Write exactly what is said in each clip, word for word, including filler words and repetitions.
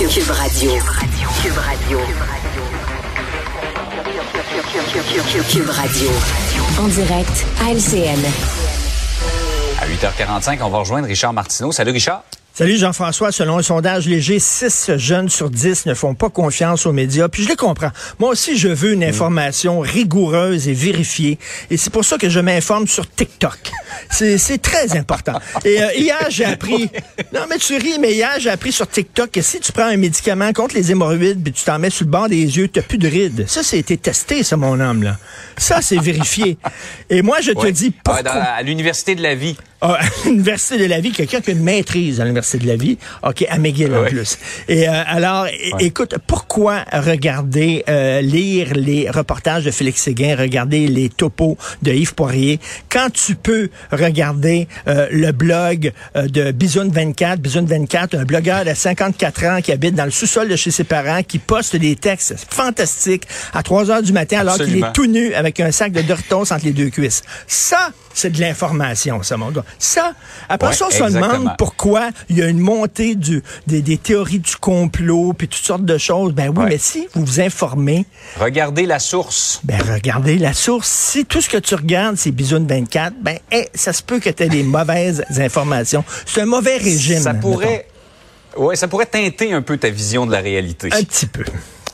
Cube Radio. Cube Radio. Cube Radio. En direct à L C N. À huit heures quarante-cinq, on va rejoindre Richard Martineau. Salut Richard. Salut Jean-François. Selon un sondage léger, six jeunes sur dix ne font pas confiance aux médias. Puis je les comprends. Moi aussi, je veux une information rigoureuse et vérifiée. Et c'est pour ça que je m'informe sur TikTok. C'est, c'est très important. Et euh, hier, j'ai appris... Non, mais tu ris, mais hier, j'ai appris sur TikTok que si tu prends un médicament contre les hémorroïdes puis tu t'en mets sur le bord des yeux, t'as plus de rides. Ça, ça a été testé, ça, mon homme, là. Ça, c'est vérifié. Et moi, je te ouais. dis pourquoi... Dans, à l'Université de la vie. Ah, à l'Université de la vie, quelqu'un qui a une maîtrise à l'Université de la vie. OK, à McGill en ouais. plus. Et euh, alors, ouais. écoute, pourquoi regarder, euh, lire les reportages de Félix Séguin, regarder les topos de Yves Poirier, quand tu peux regarder euh, le blog euh, de Bisoun vingt-quatre, Bisoun vingt-quatre, un blogueur de cinquante-quatre ans qui habite dans le sous-sol de chez ses parents, qui poste des textes fantastiques à trois heures du matin alors Absolument. qu'il est tout nu avec un sac de Doritos entre les deux cuisses. Ça, c'est de l'information, ça, mon gars. Ça, après ouais, ça, on se demande pourquoi il y a une montée du, des, des théories du complot puis toutes sortes de choses. Ben oui, ouais. mais si vous vous informez... Regardez la source. Ben regardez la source. Si tout ce que tu regardes, c'est Bisoun vingt-quatre, ben hey, ça se peut que tu aies des mauvaises informations. C'est un mauvais régime. Ça pourrait... Ouais, ça pourrait teinter un peu ta vision de la réalité. Un petit peu.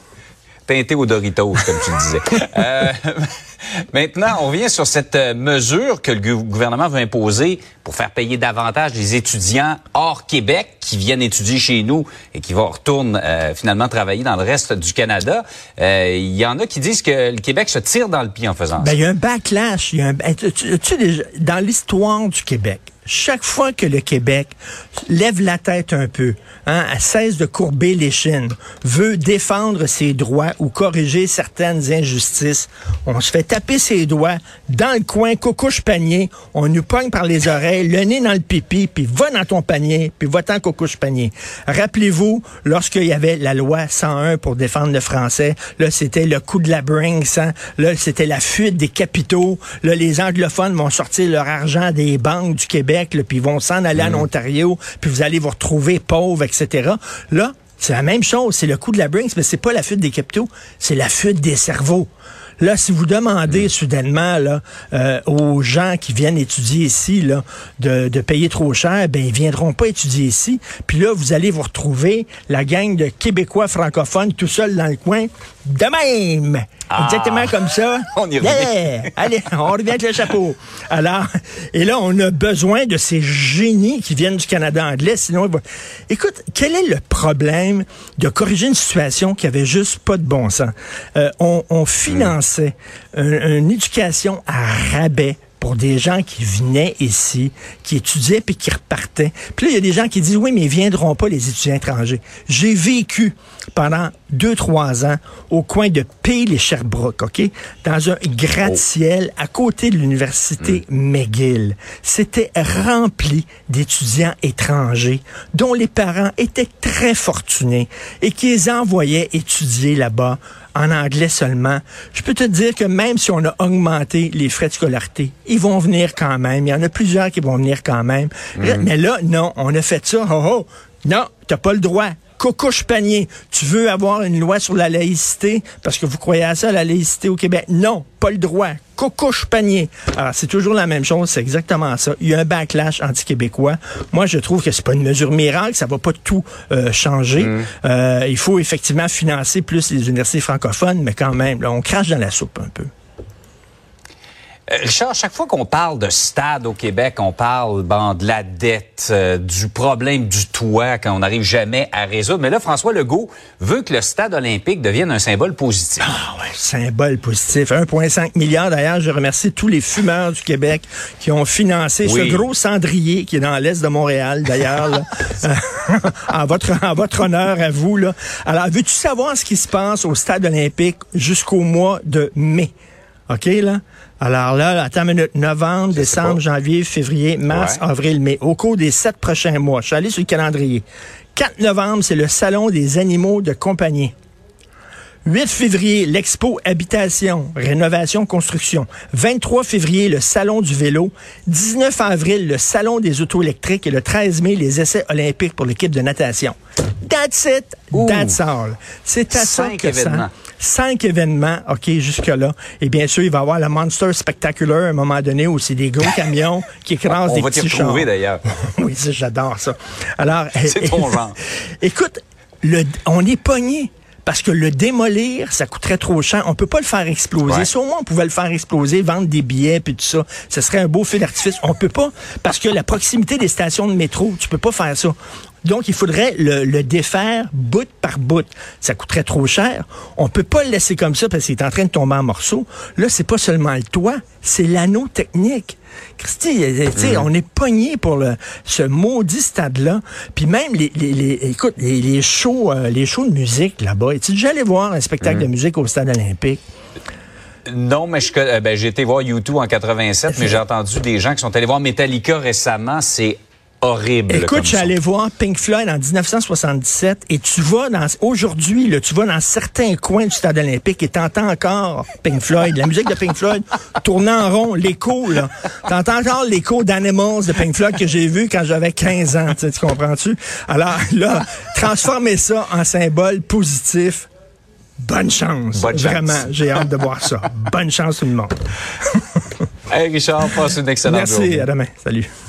Teinté aux Doritos, comme tu le disais. euh, maintenant, on revient sur cette mesure que le gouvernement veut imposer pour faire payer davantage les étudiants hors Québec qui viennent étudier chez nous et qui vont retourner euh, finalement travailler dans le reste du Canada. Il euh, y en a qui disent que le Québec se tire dans le pied en faisant ben, ça. Il y a un backlash. Il y a un, tu, tu sais, déjà, dans l'histoire du Québec, chaque fois que le Québec lève la tête un peu, hein, cesse de courber l'échine, veut défendre ses droits ou corriger certaines injustices, on se fait taper ses doigts dans le coin, coucouche panier, on nous pogne par les oreilles, le nez dans le pipi, puis va dans ton panier, puis va-t'en coucouche panier. Rappelez-vous, lorsqu'il y avait la loi cent un pour défendre le français, là, c'était le coup de la Brinks, hein, là, c'était la fuite des capitaux, là, les anglophones vont sortir leur argent des banques du Québec, puis ils vont s'en aller mmh. en Ontario, puis vous allez vous retrouver pauvres, et cetera. Là, c'est la même chose. C'est le coup de la Brinks, mais c'est pas la fuite des capitaux, c'est la fuite des cerveaux. Là, si vous demandez mmh. soudainement là, euh, aux gens qui viennent étudier ici là, de, de payer trop cher, ben ils viendront pas étudier ici. Puis là, vous allez vous retrouver la gang de Québécois francophones tout seuls dans le coin, de même. Ah, exactement comme ça. On y revient. Yeah! Allez, on revient avec le chapeau. Alors, et là, on a besoin de ces génies qui viennent du Canada anglais. Sinon, va... écoute, quel est le problème de corriger une situation qui avait juste pas de bon sens? Euh, on, on finançait mm. un, une éducation à rabais pour des gens qui venaient ici, qui étudiaient puis qui repartaient. Puis là, il y a des gens qui disent, oui, mais ils viendront pas, les étudiants étrangers. J'ai vécu pendant deux, trois ans au coin de Peel et Sherbrooke, OK? Dans un gratte-ciel à côté de l'université mmh. McGill. C'était rempli d'étudiants étrangers dont les parents étaient très fortunés et qui les envoyaient étudier là-bas en anglais seulement. Je peux te dire que même si on a augmenté les frais de scolarité, ils vont venir quand même. Il y en a plusieurs qui vont venir quand même. Mmh. Mais là, non, on a fait ça. Oh, oh. Non, t'as pas le droit. Coucouche panier. Tu veux avoir une loi sur la laïcité parce que vous croyez à ça, la laïcité au Québec? Non, pas le droit. Coucouche panier. Alors, c'est toujours la même chose, c'est exactement ça. Il y a un backlash anti-québécois. Moi, je trouve que c'est pas une mesure miracle, ça va pas tout euh, changer. Mmh. Euh, il faut effectivement financer plus les universités francophones, mais quand même, là, on crache dans la soupe un peu. Richard, chaque fois qu'on parle de stade au Québec, on parle bon, de la dette, euh, du problème du toit qu'on n'arrive jamais à résoudre. Mais là, François Legault veut que le stade olympique devienne un symbole positif. Ah ouais, symbole positif. un virgule cinq milliard. D'ailleurs, je remercie tous les fumeurs du Québec qui ont financé oui. ce gros cendrier qui est dans l'est de Montréal, d'ailleurs. là. en, votre, en votre honneur à vous. Là. Alors, veux-tu savoir ce qui se passe au stade olympique jusqu'au mois de mai? OK, là? Alors là, attends une minute, novembre, je décembre, janvier, février, mars, ouais. avril, mai. Au cours des sept prochains mois, je suis allé sur le calendrier. quatre novembre, c'est le Salon des animaux de compagnie. huit février, l'Expo Habitation, Rénovation, Construction. vingt-trois février, le Salon du vélo. dix-neuf avril, le Salon des autos électriques. Et le treize mai, les essais olympiques pour l'équipe de natation. That's it. Ouh. That's all. C'est à ça Cinq que événements. ça... Cinq événements, OK, jusque-là. Et bien sûr, il va y avoir la Monster Spectacular à un moment donné où c'est des gros camions qui écrasent On des va t'y petits chars. retrouver, d'ailleurs. Oui, ça, j'adore ça. Alors, C'est ton genre. Écoute, le, on est pogné. Parce que le démolir, ça coûterait trop cher. On peut pas le faire exploser. Ouais. Si au moins on pouvait le faire exploser, vendre des billets puis tout ça, ce serait un beau feu d'artifice. On peut pas, parce que la proximité des stations de métro, tu peux pas faire ça. Donc, il faudrait le, le défaire bout par bout. Ça coûterait trop cher. On peut pas le laisser comme ça parce qu'il est en train de tomber en morceaux. Là, c'est pas seulement le toit, c'est l'anneau technique. Christy, tu sais, mm. on est pogné pour le, ce maudit stade-là. Puis même les, les, les écoute, les, les shows, euh, les shows de musique là-bas. Es-tu déjà allé voir un spectacle mm. de musique au stade olympique? Non, mais je, euh, ben, j'ai été voir U deux en quatre-vingt-sept, mais j'ai entendu des gens qui sont allés voir Metallica récemment. C'est horrible. Écoute, je suis allé voir Pink Floyd en dix-neuf cent soixante-dix-sept et tu vas dans aujourd'hui, là, tu vas dans certains coins du stade olympique et t'entends encore Pink Floyd, la musique de Pink Floyd tournant en rond, l'écho, là. T'entends encore l'écho d'Animals de Pink Floyd que j'ai vu quand j'avais quinze ans, tu comprends-tu? Alors là, transformer ça en symbole positif. Bonne chance. Bonne chance. Vraiment, j'ai hâte de voir ça. Bonne chance tout le monde. Hey Richard, passe une excellente Merci, journée. à demain. Salut.